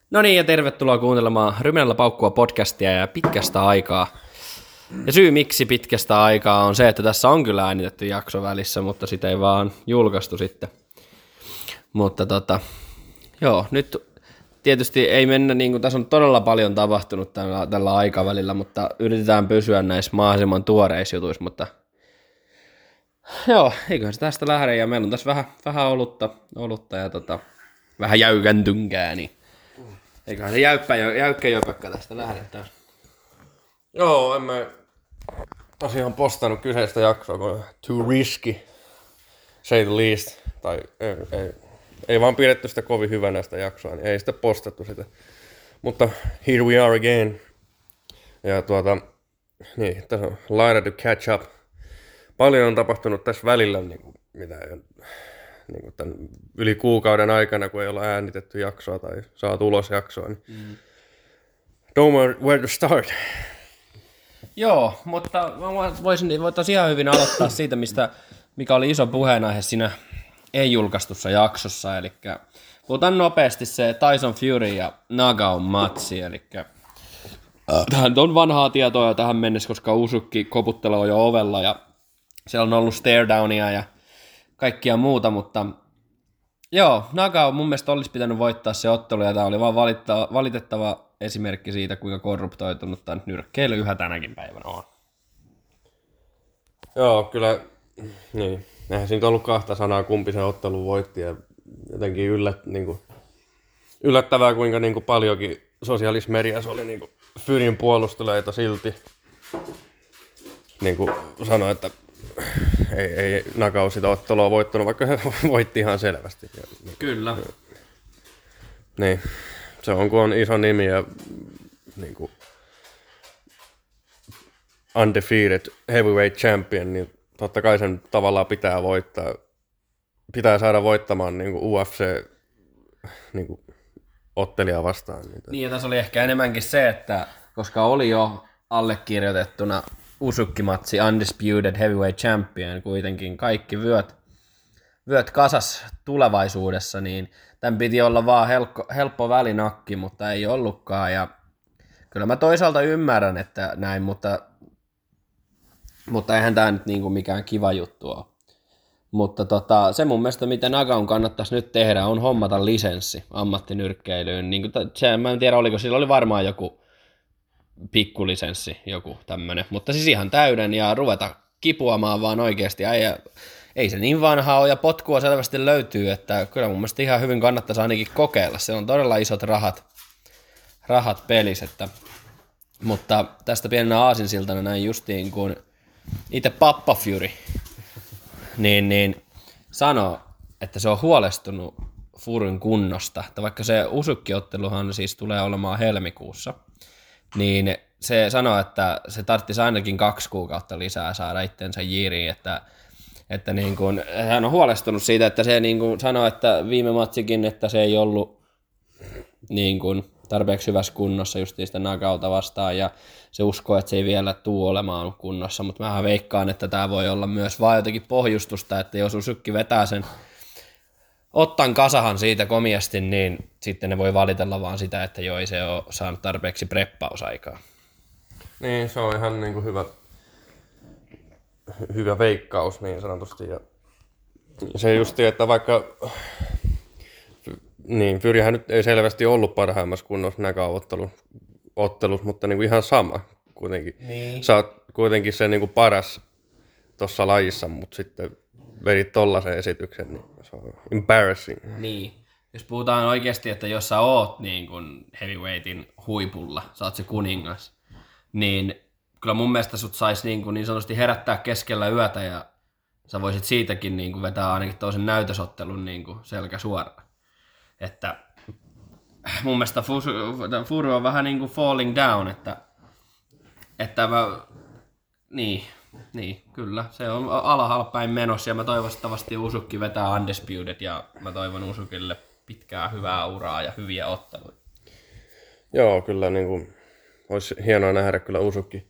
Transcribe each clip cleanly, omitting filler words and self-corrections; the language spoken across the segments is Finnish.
No niin, ja tervetuloa kuuntelemaan Ryminällä paukkua podcastia ja pitkästä aikaa. Ja syy miksi pitkästä aikaa on se, että tässä on kyllä äänitetty jakso välissä, mutta sitä ei vaan julkaistu sitten. Mutta joo, nyt tietysti ei mennä, niin kuin tässä on todella paljon tapahtunut tällä aikavälillä, mutta yritetään pysyä näissä mahdollisimman tuoreissa jutuissa, mutta joo, eiköhän se tästä lähde, ja meillä on tässä vähän olutta ja vähän jäykäntynkää, niin eiköhän se jäykkä jöpökkä tästä lähdetään. Joo, en mä tosiaan postannut kyseistä jaksoa, kun too risky, say the least. Tai ei vaan pidetty sitä kovin hyvänä sitä jaksoa, niin ei sitä postattu sitä. Mutta here we are again. Ja niin, tässä on laita to catch up. Paljon on tapahtunut tässä välillä, niin kuin tämän yli kuukauden aikana, kun ei olla äänitetty jaksoa tai saatu ulos jaksoa. Niin don't know where to start. Joo, mutta voitaisiin ihan hyvin aloittaa siitä, mikä oli iso puheenaihe siinä ei-julkaistussa jaksossa, eli puhutaan nopeasti se Tyson Fury ja Nagaon matsi, eli tähän on vanhaa tietoa jo tähän mennessä, koska Usyk koputtelee jo ovella ja siellä on ollut stare-downia ja kaikkia muuta, mutta joo, Nagao mun mielestä olisi pitänyt voittaa se ottelu, ja tämä oli vaan valitettava esimerkki siitä, kuinka korruptoitunut tämä nyrkkeily yhä tänäkin päivänä on. Joo, kyllä, niin. Eihän siinä ollut kahta sanaa, kumpi se ottelu voitti, ja jotenkin yllättävää, kuinka paljonkin sosiaalisessa mediassa oli Furyn puolustelijoita silti. Sanoi, että ei Nagao sitä ottelua voittanut, vaikka he voitti ihan selvästi. Kyllä. Niin, se on kun on iso nimi ja undefeated heavyweight champion, niin totta kai sen tavallaan pitää voittaa. Pitää saada voittamaan UFC ottelijaa vastaan. Niin, ja tässä oli ehkä enemmänkin se, että koska oli jo allekirjoitettuna Usyk-matsi Undisputed Heavyweight Champion, kuitenkin kaikki vyöt kasas tulevaisuudessa, niin tämän piti olla vaan helppo välinakki, mutta ei ollutkaan, ja kyllä mä toisaalta ymmärrän, että näin, mutta eihän tämä nyt mikään kiva juttu ole. Mutta se mun mielestä, mitä Nagaon kannattaisi nyt tehdä, on hommata lisenssi ammattinyrkkeilyyn. Mä en tiedä, oliko sillä oli varmaan joku pikkulisenssi, joku tämmönen, mutta siis ihan täyden ja ruveta kipuamaan vaan oikeasti. Ei se niin vanhaa ole ja potkua selvästi löytyy, että kyllä mun mielestä ihan hyvin kannattaisi ainakin kokeilla. Se on todella isot rahat pelissä, mutta tästä pienenä aasinsiltana näin justiin kun itse Pappa Fury niin sanoo, että se on huolestunut Furyn kunnosta, että vaikka se Usyk-otteluhan siis tulee olemaan helmikuussa, niin se sanoo, että se tarvitsisi ainakin 2 kuukautta lisää saada itsensä jiriin, että hän on huolestunut siitä, että se sanoo, että viime matsikin, että se ei ollut tarpeeksi hyvässä kunnossa just sitä Nagaota vastaan, ja se uskoo, että se ei vielä tule olemaan kunnossa, mutta mä veikkaan, että tämä voi olla myös vaan jotenkin pohjustusta, että jos Usykki vetää sen ottan kasahan siitä komiasti, niin sitten ne voi valitella vaan sitä, että joo, ei se ole saanut tarpeeksi preppausaikaa. Niin, se on ihan hyvä veikkaus niin sanotusti. Ja se justi, että vaikka niin, Furyhän nyt ei selvästi ollut parhaimmassa kunnossa Nagao-ottelussa, mutta ihan sama kuitenkin. Niin. Sä oot kuitenkin se paras tuossa lajissa, mutta sitten vedit tollasen esityksen, niin se on embarrassing. Niin. Jos puhutaan oikeasti, että jos sä oot heavyweightin huipulla, sä oot se kuningas, niin kyllä mun mielestä sut saisi niin sanotusti herättää keskellä yötä ja sä voisit siitäkin vetää ainakin toisen näytösottelun selkä suoraan. Että mun mielestä Fury on vähän falling down, niin, kyllä, se on alhaalpäin menossa ja mä toivottavasti Usykki vetää Undisputed ja mä toivon Usykille pitkää hyvää uraa ja hyviä otteluja. Joo, kyllä olisi hienoa nähdä kyllä Usykki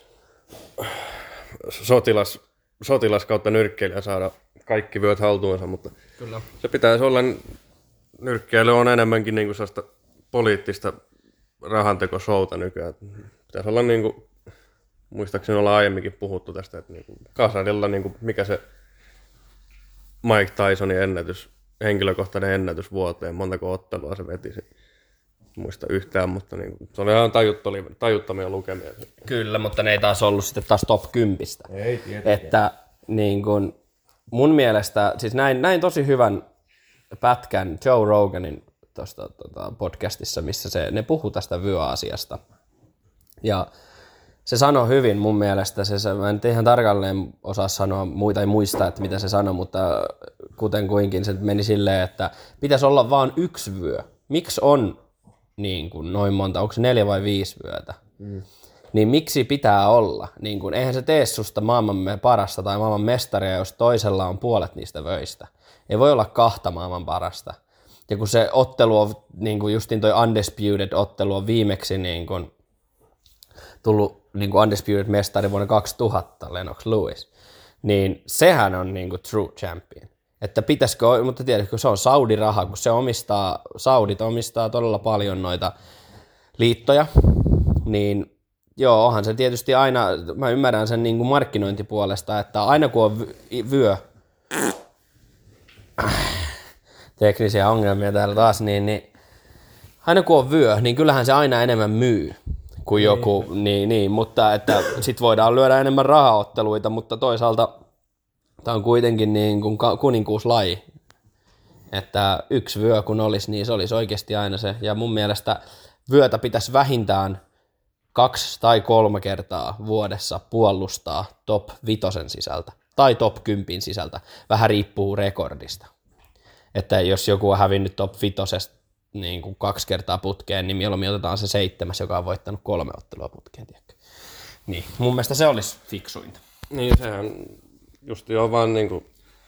sotilas kautta nyrkkeilijä saada kaikki vyöt haltuunsa, mutta kyllä. Se pitäisi olla, nyrkkeily on enemmänkin sellaista poliittista rahantekoshowta nykyään. Pitäisi olla niinku, muistaakseni ollaan aiemminkin puhuttu tästä, että niinku Khazarilla niinku, mikä se Mike Tysonin henkilökohtainen ennätys vuoteen, montako ottelua se veti. Muista yhtään, mutta niinku, se oli ihan tajuttomia lukemia. Kyllä, mutta ne ei taas ollut sitten taas top 10. Ei tietenkään. Että niin kun, mun mielestä, siis näin tosi hyvän pätkän Joe Roganin tuosta podcastissa, missä ne puhuu tästä vyöasiasta. Ja se sanoi hyvin mun mielestä, mä en ihan tarkalleen osaa sanoa muita, ei muista, että mitä se sanoi, mutta kuten kuinkin se meni silleen, että pitäisi olla vaan yksi vyö. Miksi on niin kuin noin monta, onko se 4 vai 5 vyötä? Niin miksi pitää olla? Niin kuin, eihän se tee susta maailman parasta tai maailman mestaria, jos toisella on puolet niistä vöistä. Ei voi olla 2 maailman parasta. Ja kun se ottelu on, niin kuin justiin toi Undisputed-ottelu on viimeksi niin kuin tullut niin kuin Undisputed-mestari vuonna 2000, Lennox Lewis, niin sehän on niin kuin true champion. Että pitäisikö, mutta tiedätkö, se on Saudi-raha, kun Saudit omistaa todella paljon noita liittoja, niin joo, onhan se tietysti aina, mä ymmärrän sen niin kuin markkinointipuolesta, että aina kun on vyö, teknisiä ongelmia täällä taas, niin aina kun on vyö, niin kyllähän se aina enemmän myy kuin joku, niin, mutta että sit voidaan lyödä enemmän rahaotteluita, mutta toisaalta tämä on kuitenkin niin kuin kuninkuuslaji, että yksi vyö kun olisi, niin se olisi oikeasti aina se, ja mun mielestä vyötä pitäisi vähintään 2 tai 3 kertaa vuodessa puolustaa top 5 sisältä tai top 10 sisältä, vähän riippuu rekordista. Että jos joku on hävinnyt top 5 niin kuin 2 kertaa putkeen, niin mieluummin otetaan se 7, joka on voittanut 3 ottelua putkeen. Tiedätkö? Niin, mun mielestä se olisi fiksuinta. Niin, sehän just jo vaan niinku,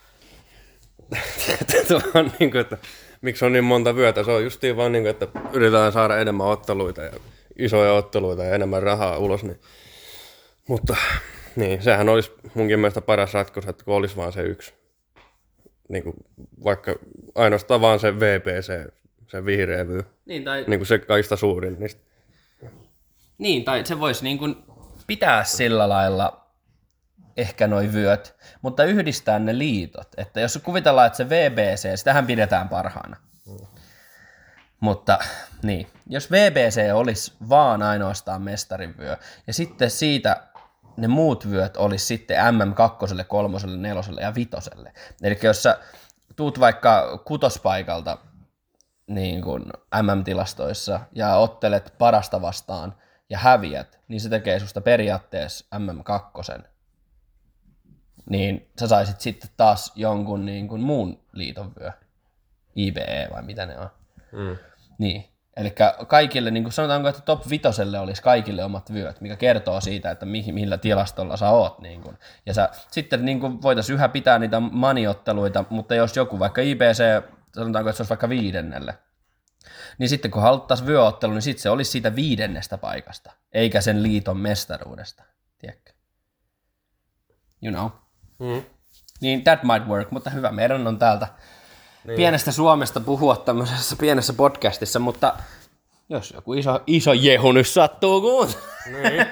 että miksi on niin monta vyötä, se on justiin vaan niinku, että yritetään saada enemmän otteluita ja isoja otteluita ja enemmän rahaa ulos, niin. Mutta niin, sehän olisi munkin mielestä paras ratkaisu, että kun olisi vaan se yksi, niinku, vaikka ainoastaan vaan se VPC, se vihreä vyö, niin se kaikista suurin. Niin, tai se voisi niin kuin pitää sillä lailla ehkä noi vyöt, mutta yhdistää ne liitot. Että jos kuvitellaan, että se VBC, sitähän pidetään parhaana. Mutta niin, jos VBC olisi vaan ainoastaan mestarin vyö, ja sitten siitä ne muut vyöt olisi sitten MM2, 3, 4 ja 5. Eli jos sä tuut vaikka kutospaikalta niin kuin MM-tilastoissa ja ottelet parasta vastaan ja häviät, niin se tekee susta periaatteessa MM2. Niin sä saisit sitten taas jonkun niin kuin muun liiton vyö. IBE vai mitä ne on. Niin. Eli kaikille, niin kuin sanotaanko, että top 5 olisi kaikille omat vyöt, mikä kertoo siitä, että millä tilastolla sä oot. Niin kuin. Ja sitten niin kuin voitaisiin yhä pitää niitä maniotteluita, mutta jos joku vaikka IBC, sanotaanko, että se olisi vaikka 5, niin sitten kun haluttaisiin vyöottelu, niin sitten se olisi siitä 5. paikasta, eikä sen liiton mestaruudesta. Tiedätkö? You know. Niin that might work, mutta hyvä, meidän on täältä pienestä Suomesta puhua tämmöisessä pienessä podcastissa, mutta jos joku iso jehu nyt sattuu Niin.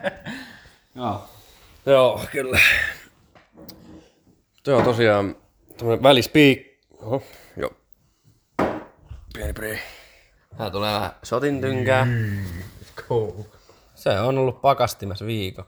Joo, kyllä. Tuo on tosiaan tämmönen välispiik. Oho, joo. Pieni brei. Tää tulee vähän shotin tynkää. Se on ollut pakastimessa viikon.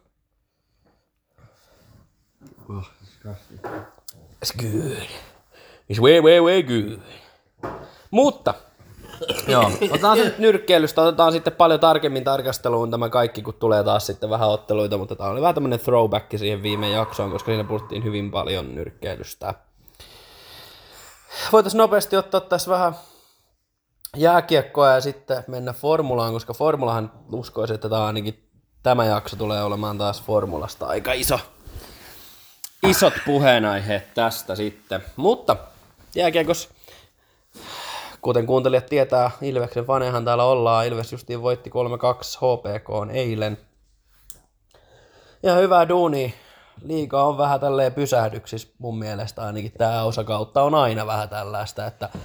It's good. It's way good. Mutta, joo, otetaan sitten nyrkkeilystä, otetaan sitten paljon tarkemmin tarkasteluun tämä kaikki, kun tulee taas sitten vähän otteluita, mutta tämä oli vähän tämmönen throwback siihen viime jaksoon, koska siinä puhuttiin hyvin paljon nyrkkeilystä. Voitaisiin nopeasti ottaa tässä vähän jääkiekkoa ja sitten mennä formulaan, koska formulahan uskoisin, että tämä jakso tulee olemaan taas formulasta aika isot puheenaiheet tästä sitten. Mutta jääkiekos, kuten kuuntelijat tietää, Ilveksen fanehan täällä ollaan. Ilves justiin voitti 3-2 HPK:n eilen. Ja hyvää duunia. Liiga on vähän tälleen pysähdyksissä mun mielestä, ainakin tää osa kautta on aina vähän tällaista, että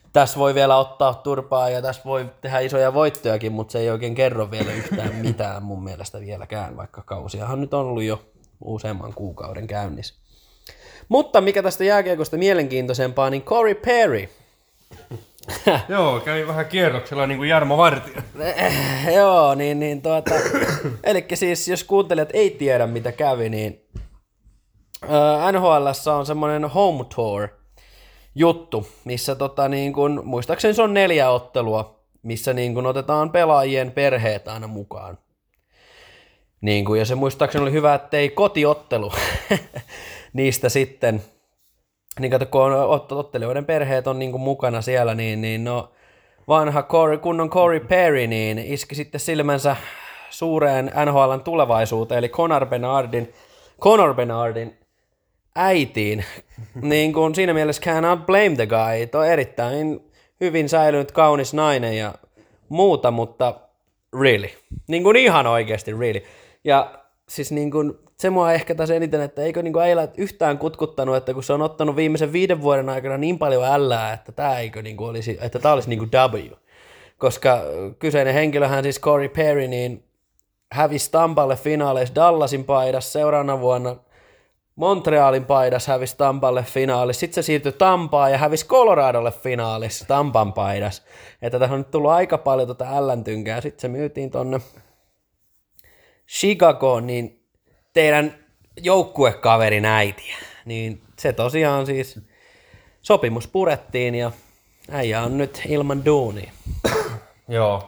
tässä voi vielä ottaa turpaa ja tässä voi tehdä isoja voittojakin, mutta se ei oikein kerro vielä yhtään mitään mun mielestä vieläkään, vaikka kausiahan nyt on ollut jo useamman kuukauden käynnissä. Mutta mikä tästä jääkiekosta mielenkiintoisempaa, niin Corey Perry. Joo, kävi vähän kierroksella niin kuin Jarmo Vartija. Joo, elikkä siis jos kuuntelijat ei tiedä mitä kävi, niin NHL:ssä on semmoinen home tour juttu, missä muistaakseni se on 4 ottelua, missä otetaan pelaajien perheet aina mukaan. Ja se muistaakseni oli hyvä, ettei kotiottelu niistä sitten, niin kato, kun ottelijoiden perheet on mukana siellä, niin vanha kunnon Corey Perry niin iski sitten silmänsä suureen NHL:n tulevaisuuteen, eli Connor Bedardin äitiin. Siinä mielessä cannot blame the guy. Tuo on erittäin hyvin säilynyt kaunis nainen ja muuta, mutta really. Ihan oikeasti really. Ja siis se mua ehkä tässä eniten, että eikö äijällä yhtään kutkuttanut, että kun se on ottanut viimeisen 5 vuoden aikana niin paljon ällää, että tämä olisi W. Koska kyseinen henkilöhän siis Corey Perry niin hävisi Tampalle finaaleissa Dallasin paidassa, seuraavana vuonna Montrealin paidassa hävisi Tampalle finaalissa, sitten se siirtyi Tampaan ja hävisi Coloradolle finaalissa Tampan paidassa. Että tässä on nyt tullut aika paljon älläntynkää, sitten se myytiin tonne Chicagoon, niin teidän joukkuekaverin äitiä, niin se tosiaan siis sopimus purettiin ja äijä on nyt ilman duunia. Joo,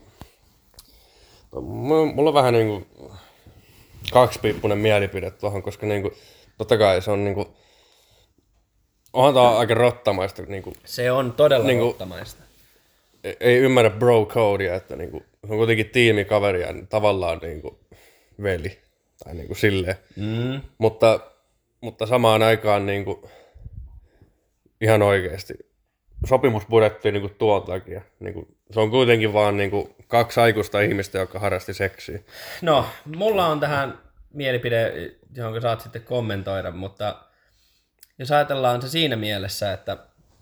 mulla on vähän kaksipiippunen mielipide tuohon, koska totta kai se on onhan tää aika rottamaista. Se on todella rottamaista. Ei ymmärrä bro-codea, että se on kuitenkin tiimikaveri ja tavallaan veli tai silleen. Mutta samaan aikaan ihan oikeasti sopimus purettiin tuon takia. Se on kuitenkin vaan 2 aikuista ihmistä, jotka harrasti seksiä. No, mulla on tähän mielipide, johon saat sitten kommentoida, mutta jos ajatellaan se siinä mielessä, että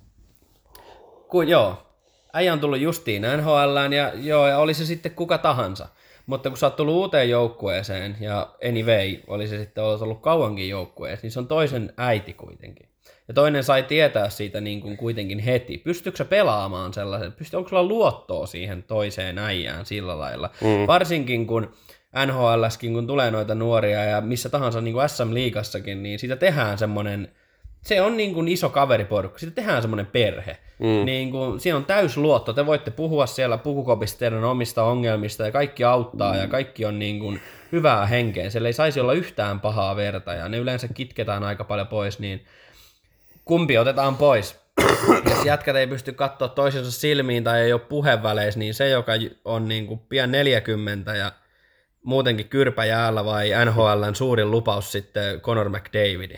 äijä on tullut justiin NHL:ään ja oli se sitten kuka tahansa. Mutta kun sä oot tullut uuteen joukkueeseen ja anyway, oli se sitten ollut kauankin joukkueessa, niin se on toisen äiti kuitenkin. Ja toinen sai tietää siitä kuitenkin heti. Pystyykö sä pelaamaan sellaisen? Onko sulla luottoa siihen toiseen äijään sillä lailla? Varsinkin kun NHL:skin, kun tulee noita nuoria ja missä tahansa SM-liigassakin, niin siitä tehdään semmoinen, se on iso kaveriporukka, siitä tehdään semmoinen perhe. Siinä on täys luotto, te voitte puhua siellä pukukopissa teidän omista ongelmista ja kaikki auttaa ja kaikki on hyvää henkeä. Siellä ei saisi olla yhtään pahaa verta ja ne yleensä kitketään aika paljon pois, niin kumpi otetaan pois? Jos jätkät ei pysty katsoa toisensa silmiin tai ei ole puheväleissä, niin se, joka on pian 40 ja muutenkin kyrpä jäällä vai NHL:n suurin lupaus sitten Connor McDavid.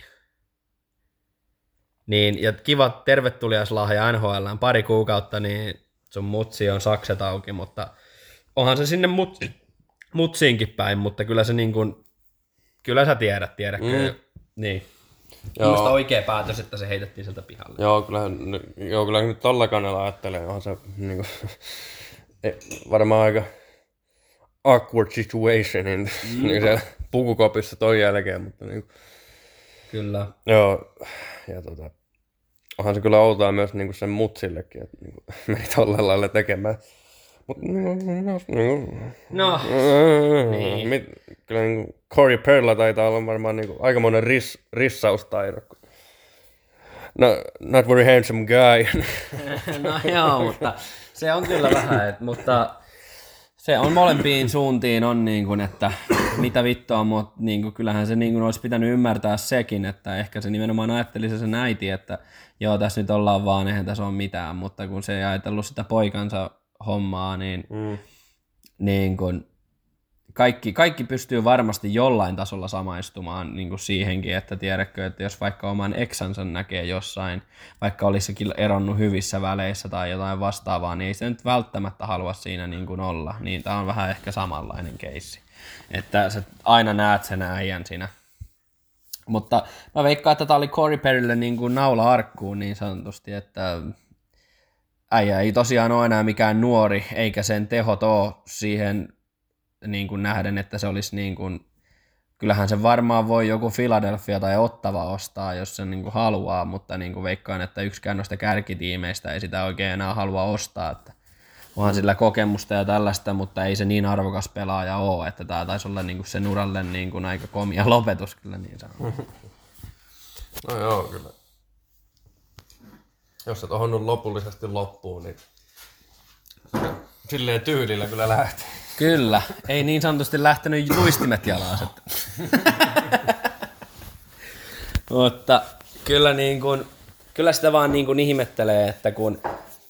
Niin, ja kiva tervetuliaislahja NHL:ään 2 kuukautta, niin sun mutsi on sakset auki, mutta onhan se sinne mutsiinkin päin, mutta kyllä se kyllä sä tiedätkö? Niin. Mielestäni oikea päätös, että se heitettiin sieltä pihalle. Kyllä nyt tolla kannalla ajattelee, onhan se varmaan aika awkward situation niin siellä pukukopissa ton jälkeen, mutta Kyllä. Joo, ja onhan se kyllä outoa myös sen mutsillekin, että meni tolla lailla tekemään. Mut, niin. Kyllä Corey Perryllä taitaa olla varmaan aikamoinen rissaustaito. No, not very handsome guy. No joo, mutta se on kyllä vähän, mutta se on molempiin suuntiin on että mitä vittua, mutta kyllähän se olisi pitänyt ymmärtää sekin, että ehkä se nimenomaan ajatteli sen äiti, että joo, tässä nyt ollaan vaan, eihän tässä ole mitään, mutta kun se ei ajatellut sitä poikansa hommaa, niin kaikki pystyy varmasti jollain tasolla samaistumaan siihenkin, että tiedätkö, että jos vaikka oman eksansa näkee jossain, vaikka olisikin eronnut hyvissä väleissä tai jotain vastaavaa, niin ei se nyt välttämättä halua siinä olla. Niin tämä on vähän ehkä samanlainen keissi, että sä aina näet sen äijän siinä. Mutta mä veikkaan, että tämä oli Corey Perrylle naula arkkuun niin sanotusti, että äijä ei tosiaan ole enää mikään nuori, eikä sen tehot ole siihen niin kuin nähden, että se olisi niin kuin, kyllähän se varmaan voi joku Philadelphia tai Ottava ostaa, jos se niin kuin haluaa, mutta niin kuin veikkaan, että yksikään noista kärkitiimeistä ei sitä oikein enää halua ostaa, että onhan sillä kokemusta ja tällaista, mutta ei se niin arvokas pelaaja ole, että tämä taisi olla niin kuin sen uralle niin kuin aika komia lopetus kyllä niin sanoa. No joo, kyllä. Jos se tohon nyt lopullisesti loppuu, niin silleen tyylillä kyllä lähtee. Kyllä, ei niin sanotusti lähtenyt luistimet jalaan. Mutta kyllä, niin kuin, kyllä sitä vaan niin kuin ihmettelee, että kun...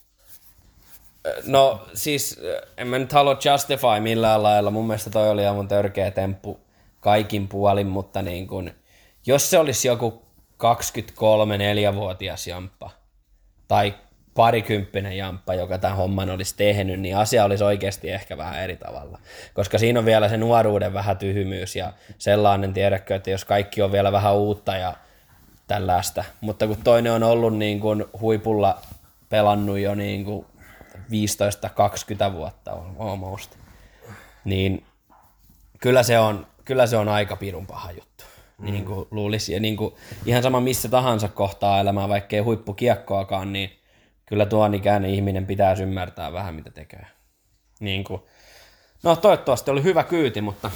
No siis, en mä nyt halua justify millään lailla, mun mielestä toi oli aivan törkeä temppu kaikin puolin, mutta niin kuin, jos se olisi joku 23-4-vuotias jamppa tai parikymppinen jamppa, joka tämän homman olisi tehnyt, niin asia olisi oikeasti ehkä vähän eri tavalla. Koska siinä on vielä se nuoruuden vähän tyhmyys ja sellainen, tiedätkö, että jos kaikki on vielä vähän uutta ja tällaista. Mutta kun toinen on ollut niin kuin huipulla pelannut jo niin kuin 15-20 vuotta almost, niin kyllä se on aika pirun paha juttu. Niin kuin luulisi. Ja niin kuin ihan sama missä tahansa kohtaa elämää, vaikkei huippukiekkoakaan, niin kyllä tuon ikäinen ihminen pitäisi ymmärtää vähän mitä tekee. Niin kuin, no toivottavasti oli hyvä kyyti, mutta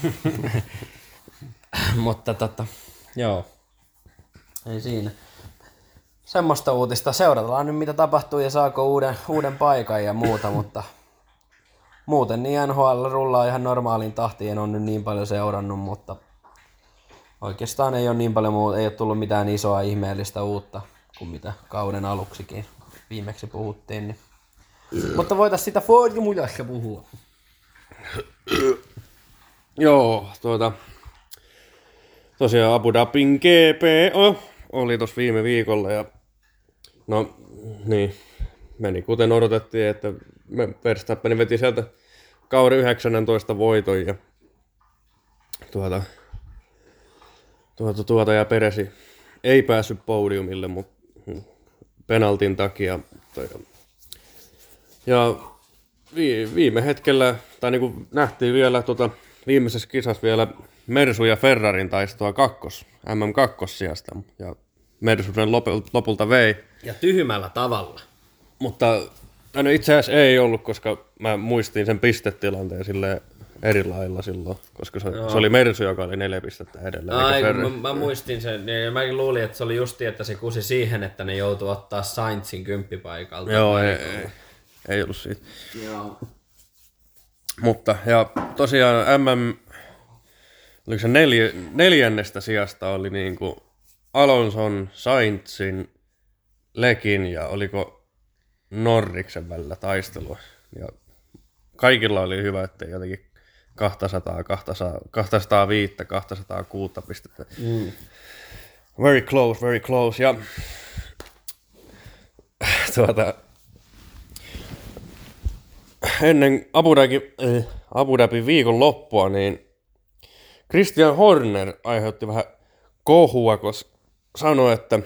mutta joo, ei siinä. Semmoista uutista. Seurataan nyt mitä tapahtuu ja saako uuden paikan ja muuta, mutta muuten niin NHL rullaa ihan normaaliin tahtiin, en ole nyt niin paljon seurannut, mutta oikeastaan ei ole niin paljon muuta, ei ole tullut mitään isoa ihmeellistä uutta kuin mitä kauden aluksikin viimeksi puhuttiin. Niin. Mutta voitaisiin sitä Formulia ehkä puhua. Joo, tosiaan Abu Dhabin GPO oli tossa viime viikolla ja no niin, meni kuten odotettiin, että Verstappen veti sieltä kauden 19 voiton ja ja Peresi ei päässyt podiumille, mutta penaltin takia. Ja viime hetkellä, tai niin kuin nähtiin vielä viimeisessä kisassa vielä Mersu ja Ferrarin taistua MM2 sijasta. Ja Mersu sen lopulta vei. Ja tyhmällä tavalla. Mutta no itse asiassa ei ollut, koska mä muistin sen pistetilanteen silleen eri lailla silloin, koska se oli Mersu, joka oli 4 pistettä edelleen. Mä muistin sen, ja mäkin luulin, että se oli justi, että se kusi siihen, että ne joutui ottaa Sainzin 10 paikalta. Joo, ei ollut siitä. Joo. Mutta, ja tosiaan oliko se neljännestä sijasta oli niinku Alonson, Sainzin, Lekin ja oliko Norriksen välillä taistelua. Ja kaikilla oli hyvä, että jotenkin 200, 205, 206 pistettä. Very close, very close. Ja ennen Abu Dhabin viikon loppua, niin Christian Horner aiheutti vähän kohua, koska sanoi, että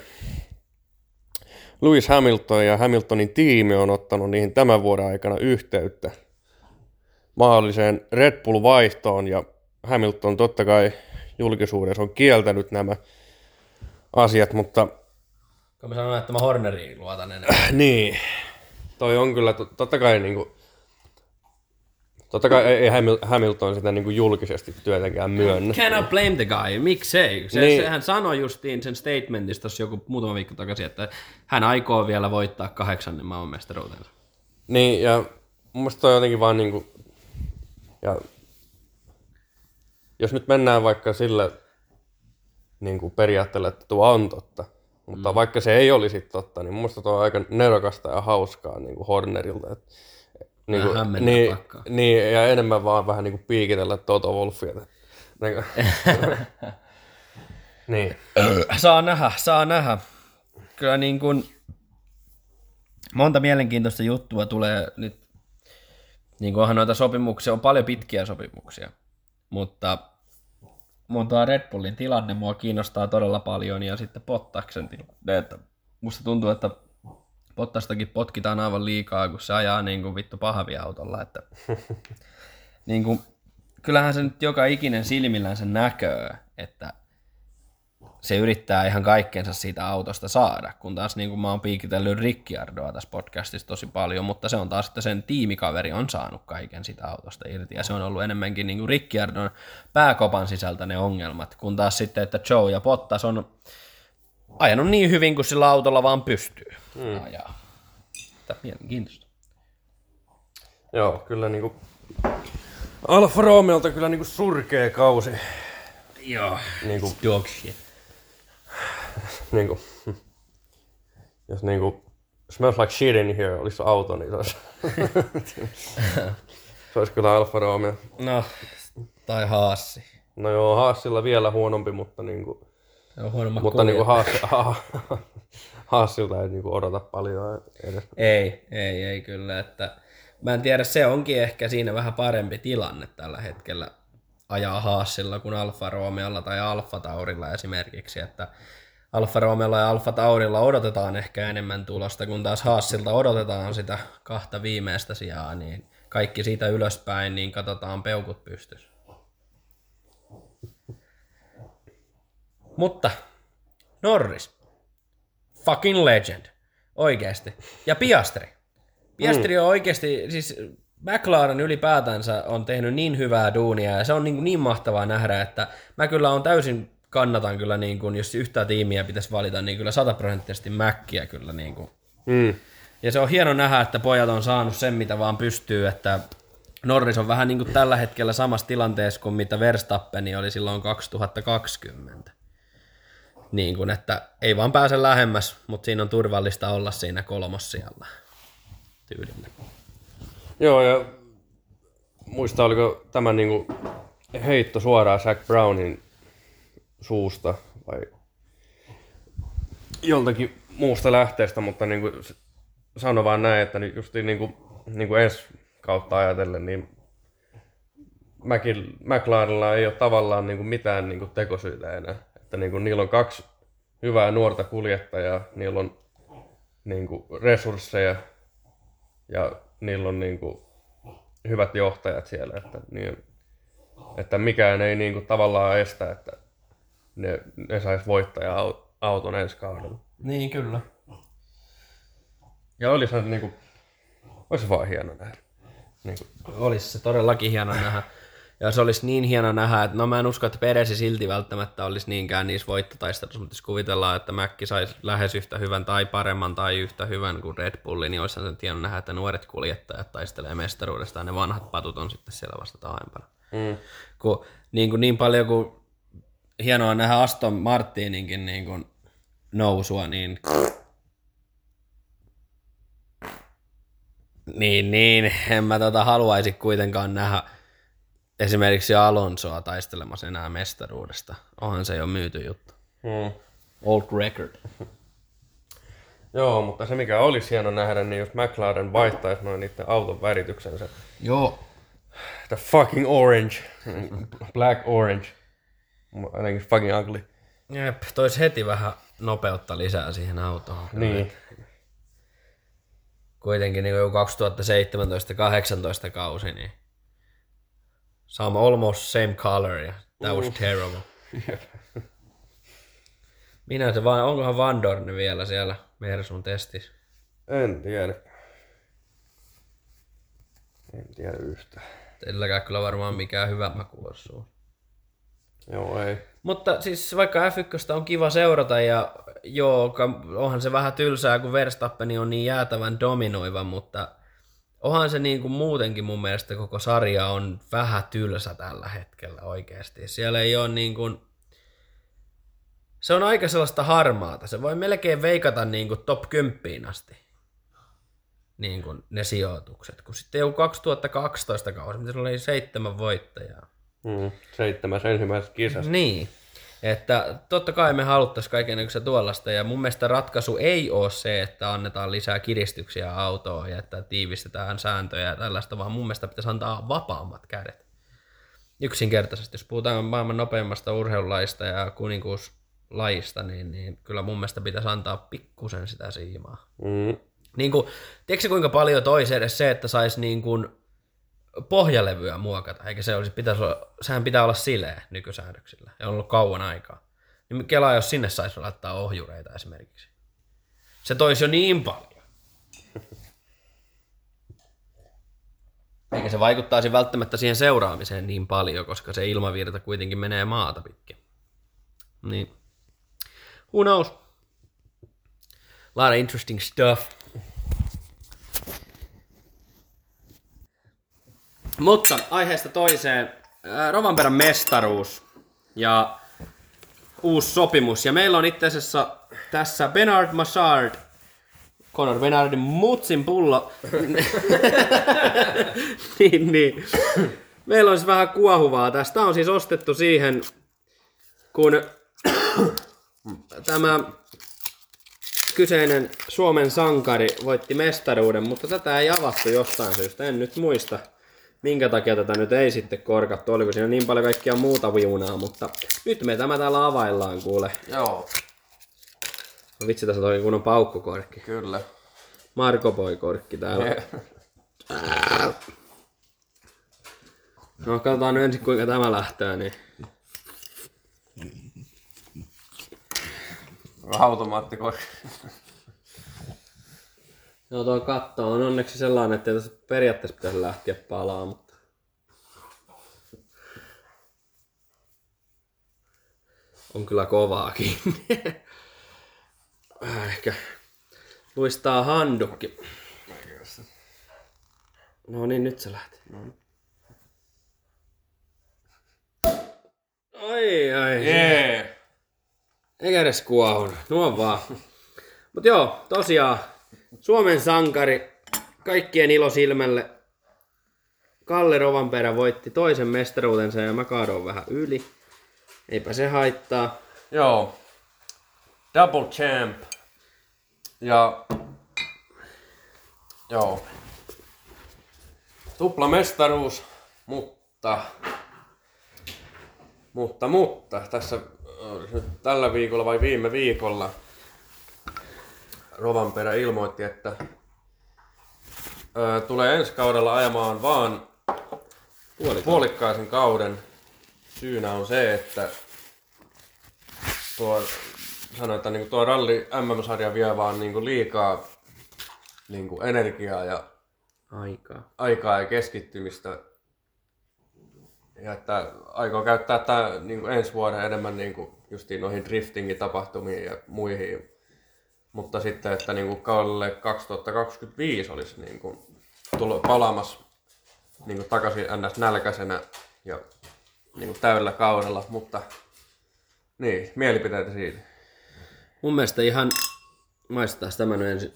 Lewis Hamilton ja Hamiltonin tiimi on ottanut niihin tämän vuoden aikana yhteyttä mahdolliseen Red Bull-vaihtoon, ja Hamilton totta kai julkisuudessa on kieltänyt nämä asiat, mutta... Kun mä sanoin, että mä Horneriin luotan enemmän. Niin, toi on kyllä totta kai niinku... Totta kai ei Hamilton sitä niinku julkisesti työtäkään myönnä. Cannot blame the guy, miksei? Sehän sanoi justiin sen statementissa tuossa joku muutama viikko takaisin, että hän aikoo vielä voittaa 8. maailmanmestaruutensa. Niin, ja mun mielestä toi on jotenkin vaan niinku... Ja jos nyt mennään vaikka sille niinku periaatteella, että tuo on totta, mutta vaikka se ei olisi totta, niin mun mielestä tuo on aika nerokasta ja hauskaa niinku Hornerilta. Niin, ja enemmän vaan vähän niinku piikitellä Toto Wolffia. Niin. Saa nähdä. Kyllä niin kuin monta mielenkiintoista juttua tulee nyt. Niin kuin onhan noita sopimuksia, on paljon pitkiä sopimuksia, mutta monta Red Bullin tilanne mua kiinnostaa todella paljon ja sitten Bottaksen tilanne. Musta tuntuu, että Bottastakin potkitaan aivan liikaa, kun se ajaa niin kuin vittu pahviautolla. Että, niin kuin, kyllähän se nyt joka ikinen silmillään sen näköö, että se yrittää ihan kaikkensa siitä autosta saada, kun taas niin kuin mä oon piikitellyt Ricciardoa tässä podcastissa tosi paljon, mutta se on taas, että sen tiimikaveri on saanut kaiken sitä autosta irti, ja se on ollut enemmänkin niin kuin Ricciardon pääkopan sisältä ne ongelmat, kun taas sitten, että Joe ja Bottas on ajanut niin hyvin kuin sillä autolla vaan pystyy ajaa. Tämä mielenkiintoista. Joo, kyllä niinku Alfa Romeolta kyllä niinku surkea kausi. Joo, Niinku, dog shit. niinku, jos niinku Smells Like Shit in Here olisi auto, niin se olisi, se olisi kyllä Alfa Romeo. No, tai Haassi. No joo, Haasilla vielä huonompi, mutta niinku, mutta niinku Haasilta ei niinku odota paljon edes. Ei kyllä, että mä en tiedä, se onkin ehkä siinä vähän parempi tilanne tällä hetkellä ajaa Haasilla kuin Alfa Romeolla tai Alfa Taurilla esimerkiksi, että Alfa Romeolla ja Alfa Taurilla odotetaan ehkä enemmän tulosta, kun taas Haasilta odotetaan sitä 2 viimeistä sijaa, niin kaikki siitä ylöspäin, niin katsotaan peukut pystyssä. Mutta Norris, fucking legend, oikeesti. Ja Piastri. Piastri on oikeesti, siis McLaren ylipäätänsä on tehnyt niin hyvää duunia ja se on niin mahtavaa nähdä, että mä kyllä on täysin kannatan kyllä, niin kuin, jos yhtään tiimiä pitäisi valita, niin kyllä 100% Mäkkiä kyllä. Niin kuin. Ja se on hieno nähdä, että pojat on saanut sen, mitä vaan pystyy, että Norris on vähän niin kuin tällä hetkellä samassa tilanteessa kuin mitä Verstappeni oli silloin 2020. Niin kuin, että ei vaan pääse lähemmäs, mutta siinä on turvallista olla siinä kolmossijalla tyylillä. Joo, ja muista oliko tämä niinku heitto suoraan Zac Brownin suusta vai joltakin muusta lähteestä, mutta niinku sano vaan näin, että justiin niinku ensi kautta ajatellen, niin McLarenilla ei ole tavallaan niinku mitään niinku tekosyitä enää. Että niinku niillä on 2 hyvää nuorta kuljettajaa, niillä on niinku resursseja ja niillä on niinku hyvät johtajat siellä, että mikään ei niinku tavallaan estä, että ne sais voittaja auton ensi kaudella. Niin, kyllä. Ja olisi niinku, olisi vaan hieno nähdä. Niinku. Olisi se todellakin hieno nähdä. Ja se olisi niin hieno nähdä, että no mä en usko, että Peresi silti välttämättä olisi niinkään niissä voittotaisteluissa, mutta jos kuvitellaan, että Mäkki saisi lähes yhtä hyvän tai paremman tai yhtä hyvän kuin Red Bulli, niin olisihan se hieno nähdä, että nuoret kuljettajat taistelee mestaruudesta ja ne vanhat patut on sitten siellä vasta taaempana. Niin paljon kuin hienoa nähdä Aston Martininkin niin kuin nousua, niin en mä haluaisi kuitenkaan nähdä esimerkiksi Alonsoa taistelemassa enää mestaruudesta. Onhan se jo myyty juttu. Old record. Joo, mutta se mikä olisi hieno nähdä, niin jos McLaren vaihtaisi noin niiden auton värityksensä. Joo. The fucking orange. Black orange. Ainakin fucking ugly. Jep, tois heti vähän nopeutta lisää siihen autoon. Niin. Kuitenkin niin 2017-18 kausi, niin some almost same color ja that was terrible. Minä se vaan, onkohan Van Dorn vielä siellä Mersun testissä? En tiedä. En tiedä yhtään. Teilläkään kyllä varmaan mikään hyvä maku olisi suun. Joo, ei. Mutta siis vaikka F1 on kiva seurata ja joo, onhan se vähän tylsää, kun Verstappen on niin jäätävän dominoiva, mutta onhan se niin kuin muutenkin mun mielestä koko sarja on vähän tylsä tällä hetkellä oikeasti. Siellä ei ole niin kuin, se on aika sellaista harmaata. Se voi melkein veikata niin kuin top 10 asti niin kuin ne sijoitukset. Kun sitten joku 2012 kausi, mitä oli 7 voittajaa. 7 ensimmäisessä kisassa. Niin, että totta kai me haluttaisiin kaikennäköistä tuollaista, ja mun mielestä ratkaisu ei ole se, että annetaan lisää kiristyksiä autoon ja että tiivistetään sääntöjä ja tällaista, vaan mun mielestä pitäisi antaa vapaammat kädet. Yksinkertaisesti, jos puhutaan maailman nopeimmasta urheilulajista ja kuninkuuslajista, niin kyllä mun mielestä pitäisi antaa pikkusen sitä siimaa. Niin kuin, tiedätkö kuinka paljon toisi edes se, että saisi niin kuin pohjalevyä muokata, eikä se olisi, sehän pitää olla sileä nykysäädöksillä, ja on ollut kauan aikaa. Niin kelaa, jos sinne saisi laittaa ohjureita esimerkiksi. Se toisi jo niin paljon. Eikä se vaikuttaisi välttämättä siihen seuraamiseen niin paljon, koska se ilmavirta kuitenkin menee maata pitkin. Niin. Who knows? A lot of interesting stuff. Mutta aiheesta toiseen. Rovanperän mestaruus ja uusi sopimus. Ja meillä on itse asiassa tässä Bernard Massard, Conor Bernardin mutsin pullo. niin. Meillä on siis vähän kuohuvaa. Tästä on siis ostettu siihen, kun tämä kyseinen Suomen sankari voitti mestaruuden, mutta tätä ei avattu jostain syystä. En nyt muista, minkä takia tätä nyt ei sitten korkattu. Oliko siinä niin paljon kaikkia muuta viunaa, mutta nyt me tämä täällä availlaan, kuule. Joo. Vitsi, tässä on kunnon paukkukorkki. Kyllä. Marko Boy-korkki täällä. No katsotaan nyt ensin kuinka tämä lähtee. Niin. Automaattikorkki. Joo, tuo katto on onneksi sellainen, että tässä periaatteessa pitäisi lähteä palaa, mutta... On kyllä kovaakin. Ehkä luistaa handukki. No niin, nyt se lähti. Ai. Yeah. Eikä edes kuohun. Nuo vaan. Mut joo, tosiaan Suomen sankari, kaikkien ilo silmälle. Kalle Rovanperä voitti toisen mestaruutensa ja mä kaadoin vähän yli. Eipä se haittaa. Joo. Double champ. Ja... Joo. Tuplamestaruus, mutta tässä tällä viikolla vai viime viikolla Rovanperä ilmoitti, että tulee ensi kaudella ajamaan vaan puolikkaisen kauden. Syynä on se, että sanoi, että niin tuo ralli MM-sarja vie vaan niin liikaa niin energiaa ja aikaa ja keskittymistä. Ja että aikoo käyttää tämä niin ensi vuoden enemmän niin justiin noihin driftingin-tapahtumiin ja muihin. Mutta sitten, että niin kaudelle 2025 olisi niin palaamassa niin takaisin ns. Nälkäisenä ja niin täydellä kaudella. Mutta niin, mielipiteitä siitä. Mun mielestä ihan maistetaan tämä nyt ensin.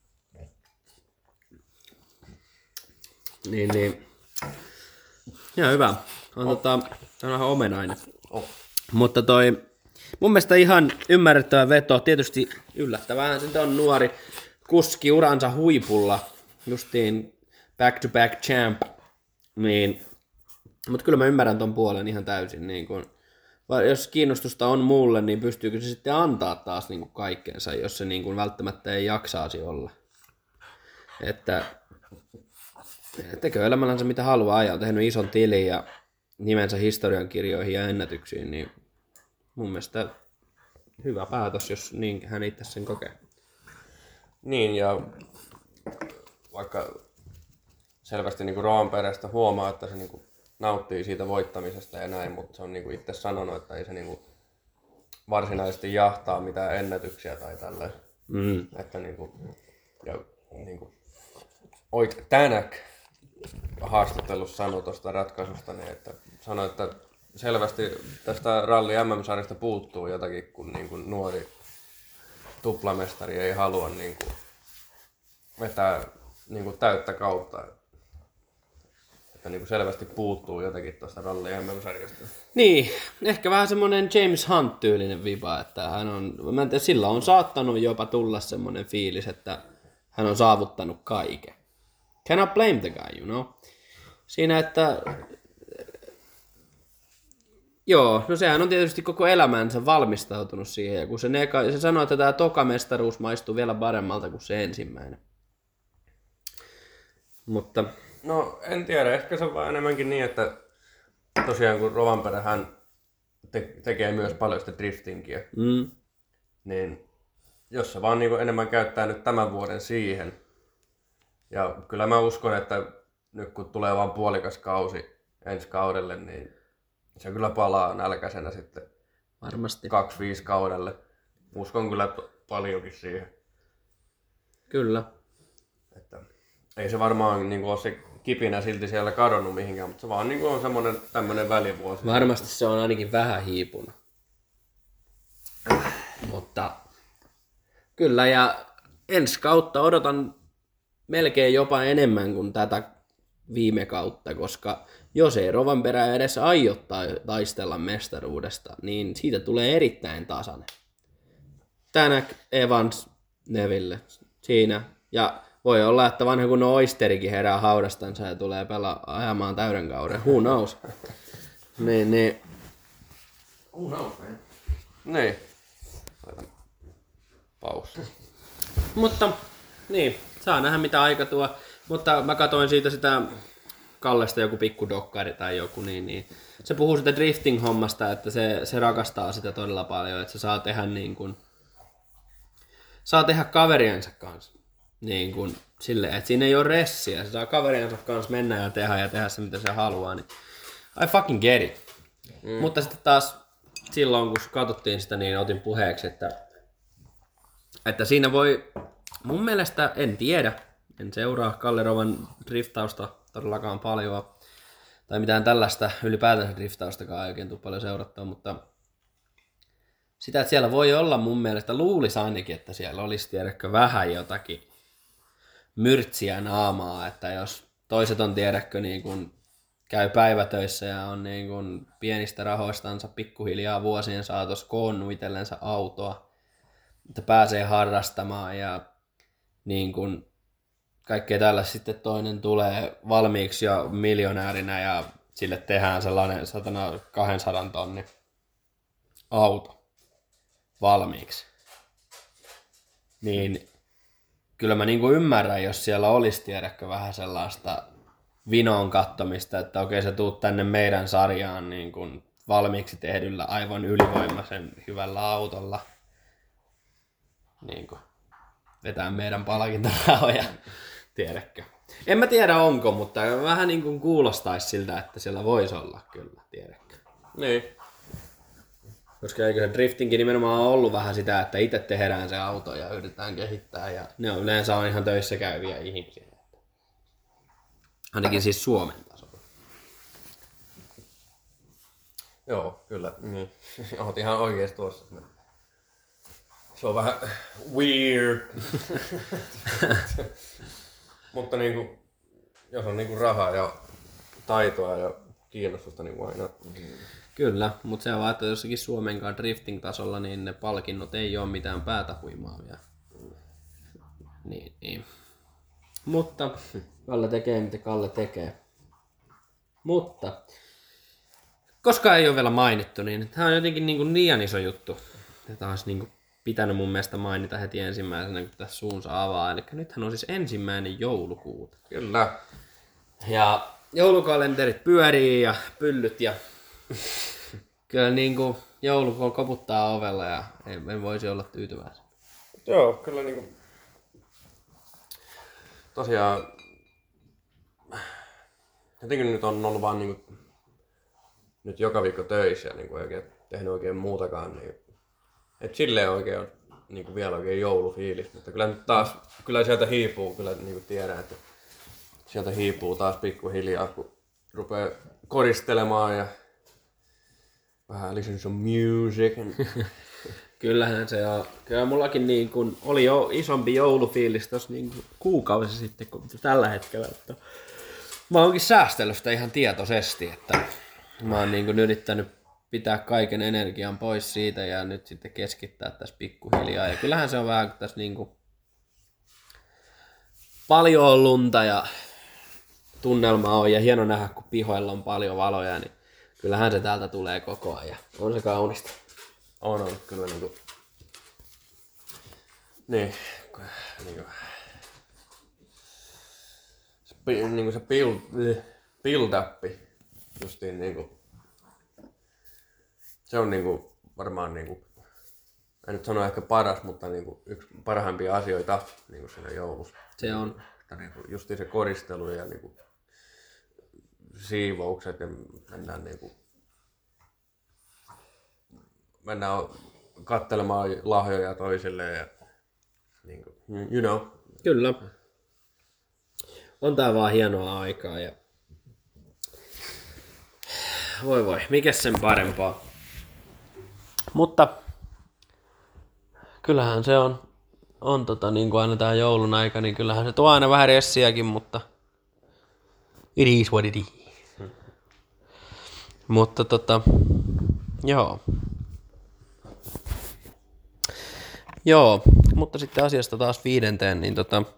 Niin. Ja hyvä. On tämä on ihan omenainen. Mutta mun mielestä ihan ymmärrettävä veto. Tietysti yllättävää, se on nuori kuski uransa huipulla. Justiin back-to-back champ. Niin. Mutta kyllä mä ymmärrän ton puolen ihan täysin. Niin kun, jos kiinnostusta on mulle, niin pystyykö se sitten antaa taas niin kaikkeensa, jos se niin välttämättä ei jaksaisi olla. Että tekee elämällänsä mitä haluaa ja on tehnyt ison tilin ja nimensä historiankirjoihin ja ennätyksiin, niin mun mielestä hyvä päätös, jos niin hän itse sen kokee. Niin, ja vaikka selvästi niin Rovanperästä huomaa, että se niin nauttii siitä voittamisesta ja näin, mutta se on niin itse sanonut, että ei se niin varsinaisesti jahtaa mitään ennätyksiä tai tälleen. Että niin kuin, ja niin kuin Oik Tänäk haastattelussa sanoi tuosta ratkaisusta, niin että sanoi, että selvästi tästä ralli MM-sarjasta puuttuu jotakin, kun niin kuin nuori tuplamestari ei halua niin kuin vetää niin kuin täyttä kautta. Että niin kuin selvästi puuttuu jotakin tuosta ralli MM-sarjasta. Niin, ehkä vähän semmoinen James Hunt-tyylinen viba, että hän on, mä en tiedä, sillä on saattanut jopa tulla semmoinen fiilis, että hän on saavuttanut kaiken. Cannot blame the guy, you know. Siinä, että joo, no sehän on tietysti koko elämänsä valmistautunut siihen, ja kun se sanoi, että tämä toka mestaruus maistuu vielä paremmalta kuin se ensimmäinen. Mutta No en tiedä, ehkä se on vaan enemmänkin niin, että tosiaan kun Rovanperä hän tekee myös paljon sitä driftingiä, niin jos se vaan niin enemmän käyttää nyt tämän vuoden siihen. Ja kyllä mä uskon, että nyt kun tulee vaan puolikas kausi ensi kaudelle, niin se kyllä palaa nälkäisenä sitten varmasti. 2-5 kaudelle. Uskon kyllä paljonkin siihen. Kyllä. Että ei se varmaan niin ole se kipinä silti siellä kadonnut mihinkään, mutta se vaan niin on semmoinen tämmöinen välivuosi. Varmasti se on ainakin vähän hiipunut. Mutta kyllä, ja ensi kautta odotan melkein jopa enemmän kuin tätä viime kautta, koska jos ei Rovanperä edes aio taistella mestaruudesta, niin siitä tulee erittäin tasainen. Tänak, Evans, Neville siinä. Ja voi olla, että vanha kun Oisterikin herää haudastansa ja tulee ajamaan täyden kauden. Who knows? niin. Who knows, man? Niin. Paussi. Mutta niin, saa nähdä mitä aika tuo. Mutta mä katsoin siitä sitä Kallesta joku pikku dokkari tai joku, niin se puhuu sitä drifting-hommasta, että se rakastaa sitä todella paljon, että se saa tehdä niin kuin, saa tehdä kaveriensa kanssa. Niin kuin sille, että siinä ei ole ressiä, se saa kaveriensa kanssa mennä ja tehdä se mitä se haluaa, niin I fucking get it. Mutta sitten taas silloin kun katsottiin sitä, niin otin puheeksi, että siinä voi, mun mielestä, en tiedä, en seuraa Kalle Rovan driftausta todellakaan paljon, tai mitään tällaista ylipäätänsä driftaustakaan ei oikein tule paljon seurattua, mutta sitä, että siellä voi olla mun mielestä, luulisi ainakin, että siellä olisi tiedäkö vähän jotakin myrtsiä naamaa, että jos toiset on tiedäkö niin kuin käy päivätöissä ja on niin kuin pienistä rahoistansa pikkuhiljaa vuosien saatossa koonnut itsellensä autoa, että pääsee harrastamaan ja niin kuin kaikkea tällaista, sitten toinen tulee valmiiksi jo miljonäärinä ja sille tehdään sellainen 200 tonnin auto valmiiksi. Niin kyllä mä niinku ymmärrän, jos siellä olisi tiedäkö vähän sellaista vinon kattomista, että okei sä tuut tänne meidän sarjaan niin kuin valmiiksi tehdyllä aivan ylivoimaisen hyvällä autolla. Niin kuin vetää meidän palkintorahoja, tiedäkö. En mä tiedä onko, mutta vähän niin kuin kuulostaisi siltä, että siellä voisi olla kyllä, tiedäkö. Niin. Koska eikö se driftingin nimenomaan ollut vähän sitä, että itse tehdään se auto ja yritetään kehittää ja ne on yleensä ihan töissä käyviä ihmisiä. Ainakin siis Suomen tasolla. Joo, kyllä. Niin. Oot ihan oikeesti tuossa. Se on vähän weird. Mutta niinku, jos on niinku rahaa ja taitoa ja kiinnostusta, niin why not? Kyllä, mutta se on vaan, että jossakin Suomenkaan drifting-tasolla niin ne palkinnot ei ole mitään päätä huimaavia. Niin. Mutta Kalle tekee mitä Kalle tekee. Mutta koska ei ole vielä mainittu, niin tämä on jotenkin niin iso juttu. Tätä olisi niin pitänyt mun mielestä mainita heti ensimmäisenä, kun tässä suunsa avaa. Eli nythän on siis 1. joulukuuta. Kyllä. Ja joulukalenterit pyörii ja pyllyt ja kyllä niinku joulu koputtaa ovella ja en voisi olla tyytyväinen. Joo, kyllä niinku tosiaan jotenkin nyt on ollut vaan niinku nyt joka viikko töissä ja niinku ei oikein tehnyt oikein muutakaan, niin et silleen oikein on niinku vielä oikein joulufiilis, mutta kyllä nyt taas kyllä sieltä hiipuu, kyllä niinku tiedän, että sieltä hiipuu taas pikkuhiljaa, kun rupeaa koristelemaan ja vähän listen some music. Kyllähän se on. Kyllä mullakin niin kun oli jo isompi joulufiilis tuossa niin kuukausi sitten kuin tällä hetkellä. Että mä oonkin säästellyt sitä ihan tietoisesti, että mä oon niin kun yrittänyt pitää kaiken energian pois siitä ja nyt sitten keskittää tässä pikkuhiljaa. Ja kyllähän se on vähän kuin tässä niin kuin paljon on lunta ja tunnelma on ja hieno nähdä, kun pihoilla on paljon valoja, niin kyllähän se täältä tulee koko ajan. On se kaunista. On kyllä niinku. Niin. niinku se build-up, justiin niinku, se on niinku varmaan niinku, en nyt sano ehkä paras, mutta niinku yksi parhaimpia asioita niinku siinä joulussa. Se on. Niinku justiin se koristelu ja niinku siivoukset ja mennään katselemaan lahjoja toisilleen ja niinku, you know. Kyllä. On tää vaan hienoa aikaa ja voi, mikä sen parempaa. Mutta kyllähän se on niin kuin aina tää joulun aika, niin kyllähän se tuo aina vähän ressiäkin, mutta it is what it is. Mutta joo. Joo, mutta sitten asiasta taas 5, niin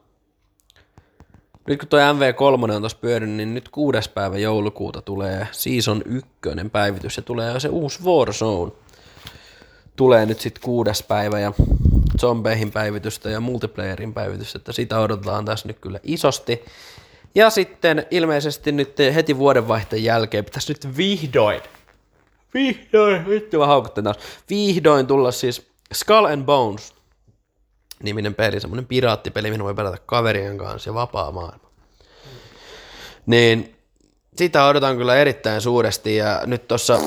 nyt kun toi MV3 on tossa pyörinyt, niin nyt 6. päivä joulukuuta tulee Season 1 päivitys ja tulee se uusi Warzone. Tulee nyt sitten 6. päivä ja zombeihin päivitystä ja multiplayerin päivitystä, että sitä odotetaan tässä nyt kyllä isosti. Ja sitten ilmeisesti nyt heti vuodenvaihteen jälkeen pitäisi nyt vihdoin, vittu mä haukutten taas, vihdoin tulla siis Skull and Bones -niminen peli, semmonen piraattipeli, mihin voi pelata kaverien kanssa ja vapaa maailma. Niin sitä odotan kyllä erittäin suuresti ja nyt tossa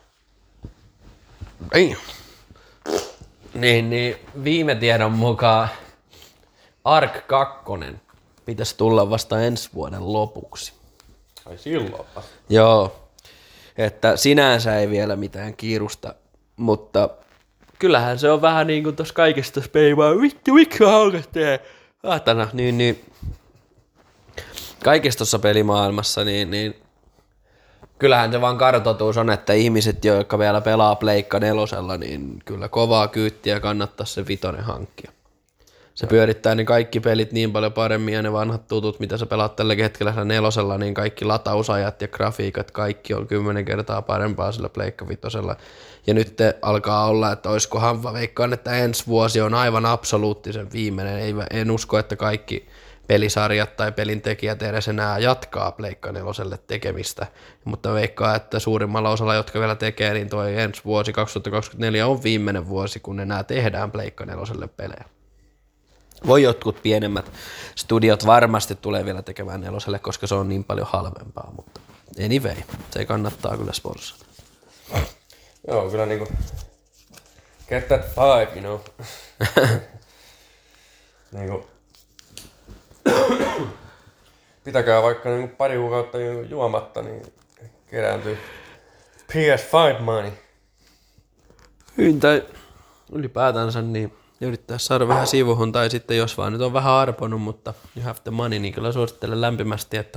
niin viime tiedon mukaan Ark 2 pitäisi tulla vasta ensi vuoden lopuksi. Ai silloin. Joo, että sinänsä ei vielä mitään kiirusta, mutta kyllähän se on vähän niin kuin tuossa kaikessa tuossa peivaa, vittu, miksi haukatee? Aatana, niin. Kaikessa tuossa pelimaailmassa, niin kyllähän se vaan kartoituus on, että ihmiset, jotka vielä pelaa Pleikka 4, niin kyllä kovaa kyyttiä kannattaa se 5 hankkia. Se pyörittää ne kaikki pelit niin paljon paremmin ja ne vanhat tutut, mitä sä pelaat tällä hetkellä 4, niin kaikki latausajat ja grafiikat, kaikki on 10 kertaa parempaa sillä Pleikka 5. Ja nyt alkaa olla, että olisikohan veikkaan, että ensi vuosi on aivan absoluuttisen viimeinen. En usko, että kaikki pelisarjat tai pelintekijät edes enää jatkaa Pleikka 4 tekemistä. Mutta veikkaa, että suurimmalla osalla, jotka vielä tekee, niin toi ensi vuosi 2024 on viimeinen vuosi, kun enää tehdään Pleikka 4 pelejä. Voi jotkut pienemmät studiot varmasti tulee vielä tekemään 4, koska se on niin paljon halvempaa, mutta anyway, se kannattaa kyllä sponssata. Joo, kyllä niinku get that vibe, you know. Niinku pitäkää vaikka niinku pari kuukautta juomatta, niin kerääntyy PS5 money. Hyvin tai ylipäätänsä niin yrittää saada vähän sivuhun, tai sitten jos vaan nyt on vähän arponut, mutta you have the money, niin kyllä suosittelen lämpimästi, että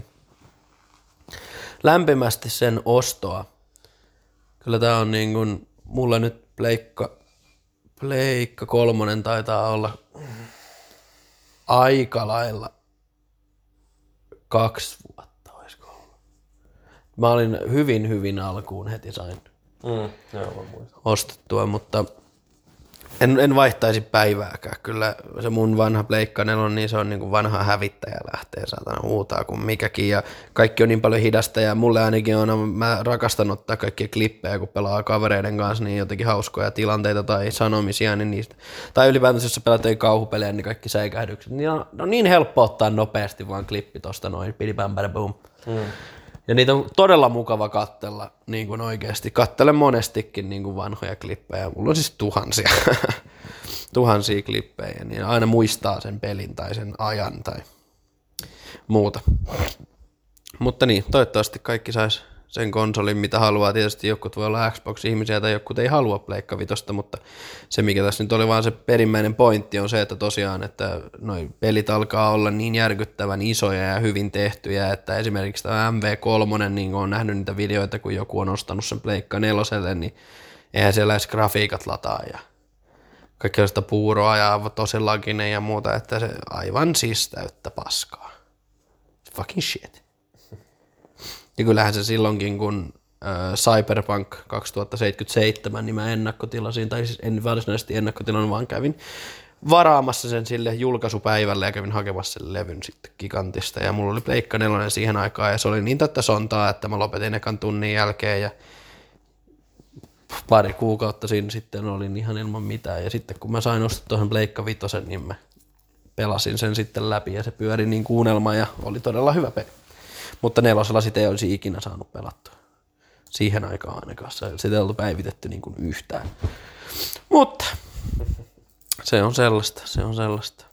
sen ostoa. Kyllä tää on niin kuin, mulla nyt Pleikka 3 taitaa olla aika lailla 2 vuotta, olisiko ollut. Mä olin hyvin alkuun heti sain ostettua, mutta en vaihtaisi päivääkään. Kyllä se mun vanha Pleikka 4, niin se on niin kuin vanha hävittäjä lähtee saatana huutaa kuin mikäkin. Ja kaikki on niin paljon hidasta ja mulle ainakin on, mä rakastan ottaa kaikkia klippejä, kun pelaa kavereiden kanssa, niin jotenkin hauskoja tilanteita tai sanomisia, niin niistä. Tai ylipäätänsä, jos sä pelaat kauhupelejä, niin kaikki säikähdykset. Niin on niin helppo ottaa nopeasti vaan klippi tosta noin, pidibämbädä-boom. Ja niitä on todella mukava katsella, niin kuin oikeasti. Katselen monestikin niin kuin vanhoja klippejä. Mulla on siis tuhansia klippejä, niin aina muistaa sen pelin tai sen ajan tai muuta. Mutta niin, toivottavasti kaikki sais sen konsolin, mitä haluaa. Tietysti jotkut voi olla Xbox-ihmisiä tai jotkut ei halua Pleikka 5, mutta se, mikä tässä nyt oli vaan se perimmäinen pointti, on se, että tosiaan, että noi pelit alkaa olla niin järkyttävän isoja ja hyvin tehtyjä, että esimerkiksi tämä MV3, niin kun on nähnyt niitä videoita, kun joku on ostanut sen Pleikka 4, niin eihän siellä edes grafiikat lataa ja kaikki on sitä puuroa ja tosi laginen ja muuta, että se aivan siis täyttä paskaa. Fucking shit. Ja kyllähän se silloinkin, kun Cyberpunk 2077, niin mä ennakkotilasin, tai siis en varsinaisesti ennakkotilan, vaan kävin varaamassa sen sille julkaisupäivälle ja kävin hakemassa sen levyn sitten Gigantista. Ja mulla oli Pleikka 4 siihen aikaan ja se oli niin totta sontaa, että mä lopetin ekan tunnin jälkeen ja pari kuukautta siinä sitten olin ihan ilman mitään. Ja sitten kun mä sain ostaa tuohon Pleikka 5, niin mä pelasin sen sitten läpi ja se pyöri niin kuunnelma ja oli todella hyvä peli. Mutta 4 sitä ei olisi ikinä saanut pelattua. Siihen aikaan ainakaan. Sitä ei ollut päivitetty niin kuin yhtään. Mutta se on sellaista.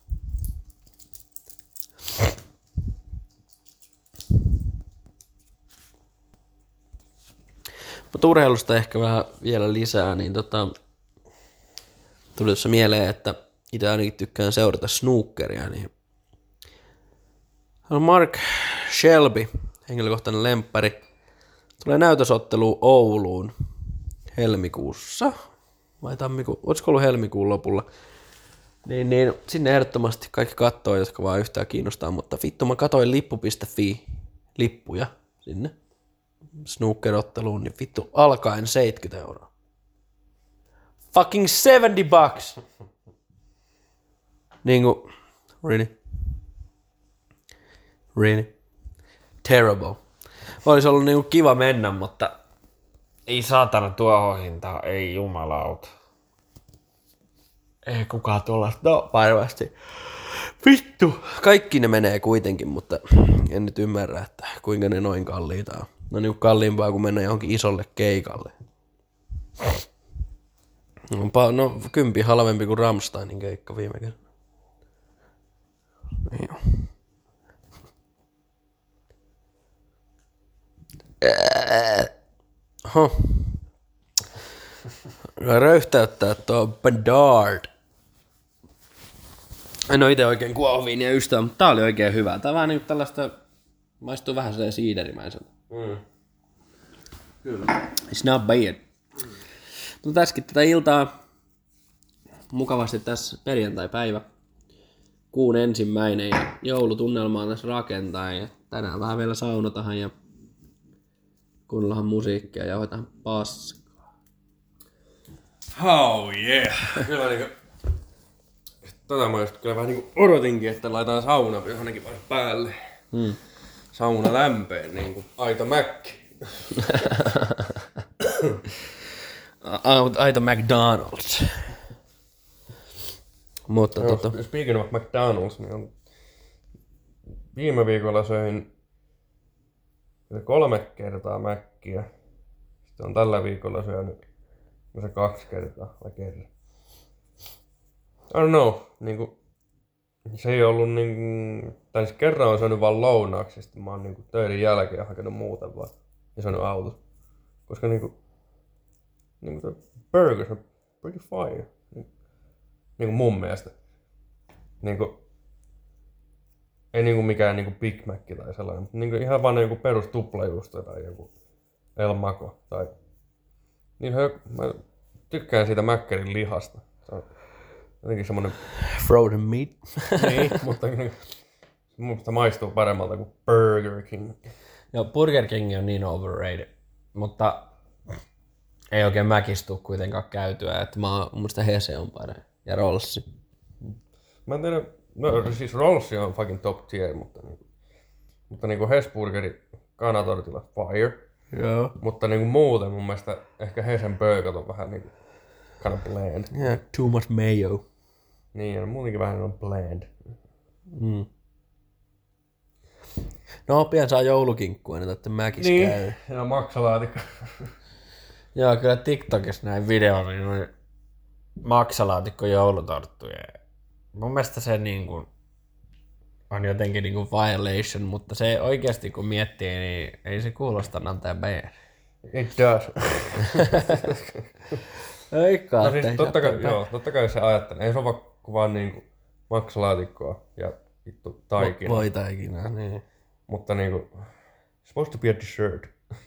Mutta urheilusta ehkä vähän vielä lisää, niin tuli tuossa mieleen, että itse ainakin tykkään seurata snookeria, niin Mark Shelby, henkilökohtainen lemppari, tulee näytösotteluun Ouluun helmikuussa, vai olisiko ollut helmikuun lopulla, niin sinne ehdottomasti kaikki kattoo, jotka vaan yhtään kiinnostaa, mutta vittu mä katoin lippu.fi lippuja sinne snookerotteluun, niin vittu alkaen 70 €. Fucking $70! Niinku, really? Terrible. Olisi ollut niinku kiva mennä, mutta ei saatana tuohon hintaan, ei jumalauta. Ei kukaan tuolla, no varmasti. Vittu! Kaikki ne menee kuitenkin, mutta en nyt ymmärrä, että kuinka ne noin kalliita on. No niinku kalliimpaa kuin mennä johonkin isolle keikalle. No 10 halvempi kuin Rammsteinin keikka viime kerran. Niin on. Röyhtäyttää tuo Bandard. En oo ite oikein kuohuviiniä ystävä, mutta tää oli oikein hyvä. Tää vähän niinku tällaista, maistuu vähän sellainen siiderimäiseltä. Kyllä. It's not bad. No tässäkin tätä iltaa mukavasti tässä perjantai-päivä. Kuun 1. ja joulutunnelmaa tässä rakentaa ja tänään vähän vielä saunotahan ja kuunnellahan musiikkia ja hoitaan paskaa. Oh yeah! Kyllä niinku mä just kyllä vähän niinku odotinkin, että laitan sauna johonkin vaan päälle. Sauna lämpeen niinku aito mäkki. Aito McDonald's. Mutta Speaking of McDonald's, niin on viime viikolla söin 3 kertaa mäkkiä. Sitten on tällä viikolla syönyt se 2 kertaa vai kerran. I don't know, niinku se ei ollut niinku, tai siis kerran on syönyt vaan lounaaksi, sitten mä oon niinku töiden jälkeen hakenut muuten vaan ja syönyt autossa. Koska niinku the burgers are pretty fire. Niinku mun mielestä. Niinku ei niinku mikään niinku Big Mac tai sellainen, mutta niinku ihan vaan niinku perus tuplajuusto tai joku El Maco tai niin mä tykkään siitä Mäkkärin lihasta. Se on jotenkin semmonen frozen meat. Niin, mutta musta maistuu paremmalta kuin Burger King. Joo, Burger King on niin overrated, mutta ei oikein mäkistu kuitenkaan käytyä, että mun mielestä Hese on parempi ja Rollsi. Mä en tiedä, no siis Rollsi on fucking top tier, mutta niinku Hesburgeri kanatortilla fire. Joo. Mutta niinku muuten mun mielestä ehkä Hesen burger on vähän niinku kind of bland. Yeah, too much mayo. Niin, ja muutenkin vähän on bland. No, pian saa joulukinkkua, niin täytyy mäkis niin, käy. ja maksalaatikko. Joo, kyllä TikTokissa näin videon, niin noin maksalaatikko joulutorttuja. Mun mielestä se niin kuin on jotenkin niin kuin violation, mutta se oikeasti kun miettii, niin ei se kuulosta nantaa bad. It does. Eikä. No siis totta kai se ajattelee. Ei se ole vaan niinku maksalaatikkoa ja vittu taikinaa. Voi taikinaa, niin. Mutta niinku, supposed to be a dessert.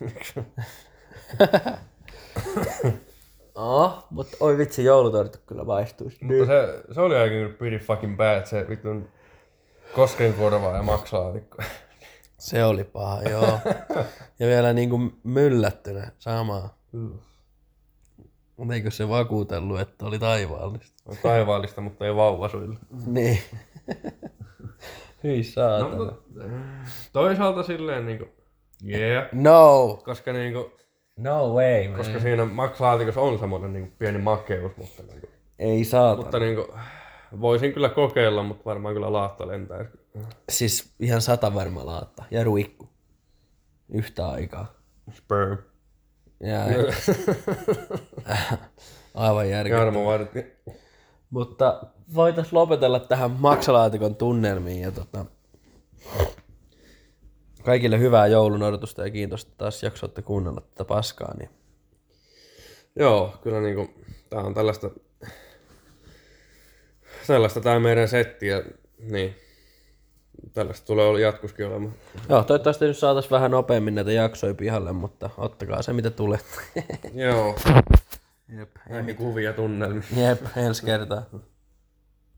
Mutta oi vitsi, joulutorttu kyllä maistuisi. Mutta se oli aika pretty fucking bad, se vitun koskenkorva ja maksalaatikko. Se oli paha, joo. Ja vielä niinku myllättynä samaa. Mutta eikö se vakuutellut, että oli taivaallista? On taivaallista, mutta ei vauvasuilla. Niin. Hyi saatana. No, mutta toisaalta silleen niinku, yeah. No. Koska niinku, No way, man. koska siinä maksalaatikossa on semmoinen niinku pieni makeus, mutta niinku, Ei saatana. mutta niinku, voisin kyllä kokeilla, mutta varmaan kyllä laatta lentäisi. Siis ihan 100 varma laatta. Ja ruikku. Yhtä aikaa. Sperm. Ja aivan järkeä. Jarmo vartti. Mutta voitais lopetella tähän maksalaatikon tunnelmiin ja kaikille hyvää joulun odotusta ja kiitos, että taas jaksoitte kuunnella tätä paskaa. Niin. Joo, kyllä niinku, tää on tällaista tää meidän setti ja niin. Tällaista tulee jatkoskin olemaan. Joo, toivottavasti nyt saatais vähän nopeammin näitä jaksoja pihalle, mutta ottakaa se mitä tulee. Joo. Jep, Näihin kuvia tunnelmia. jep, ensi kertaa.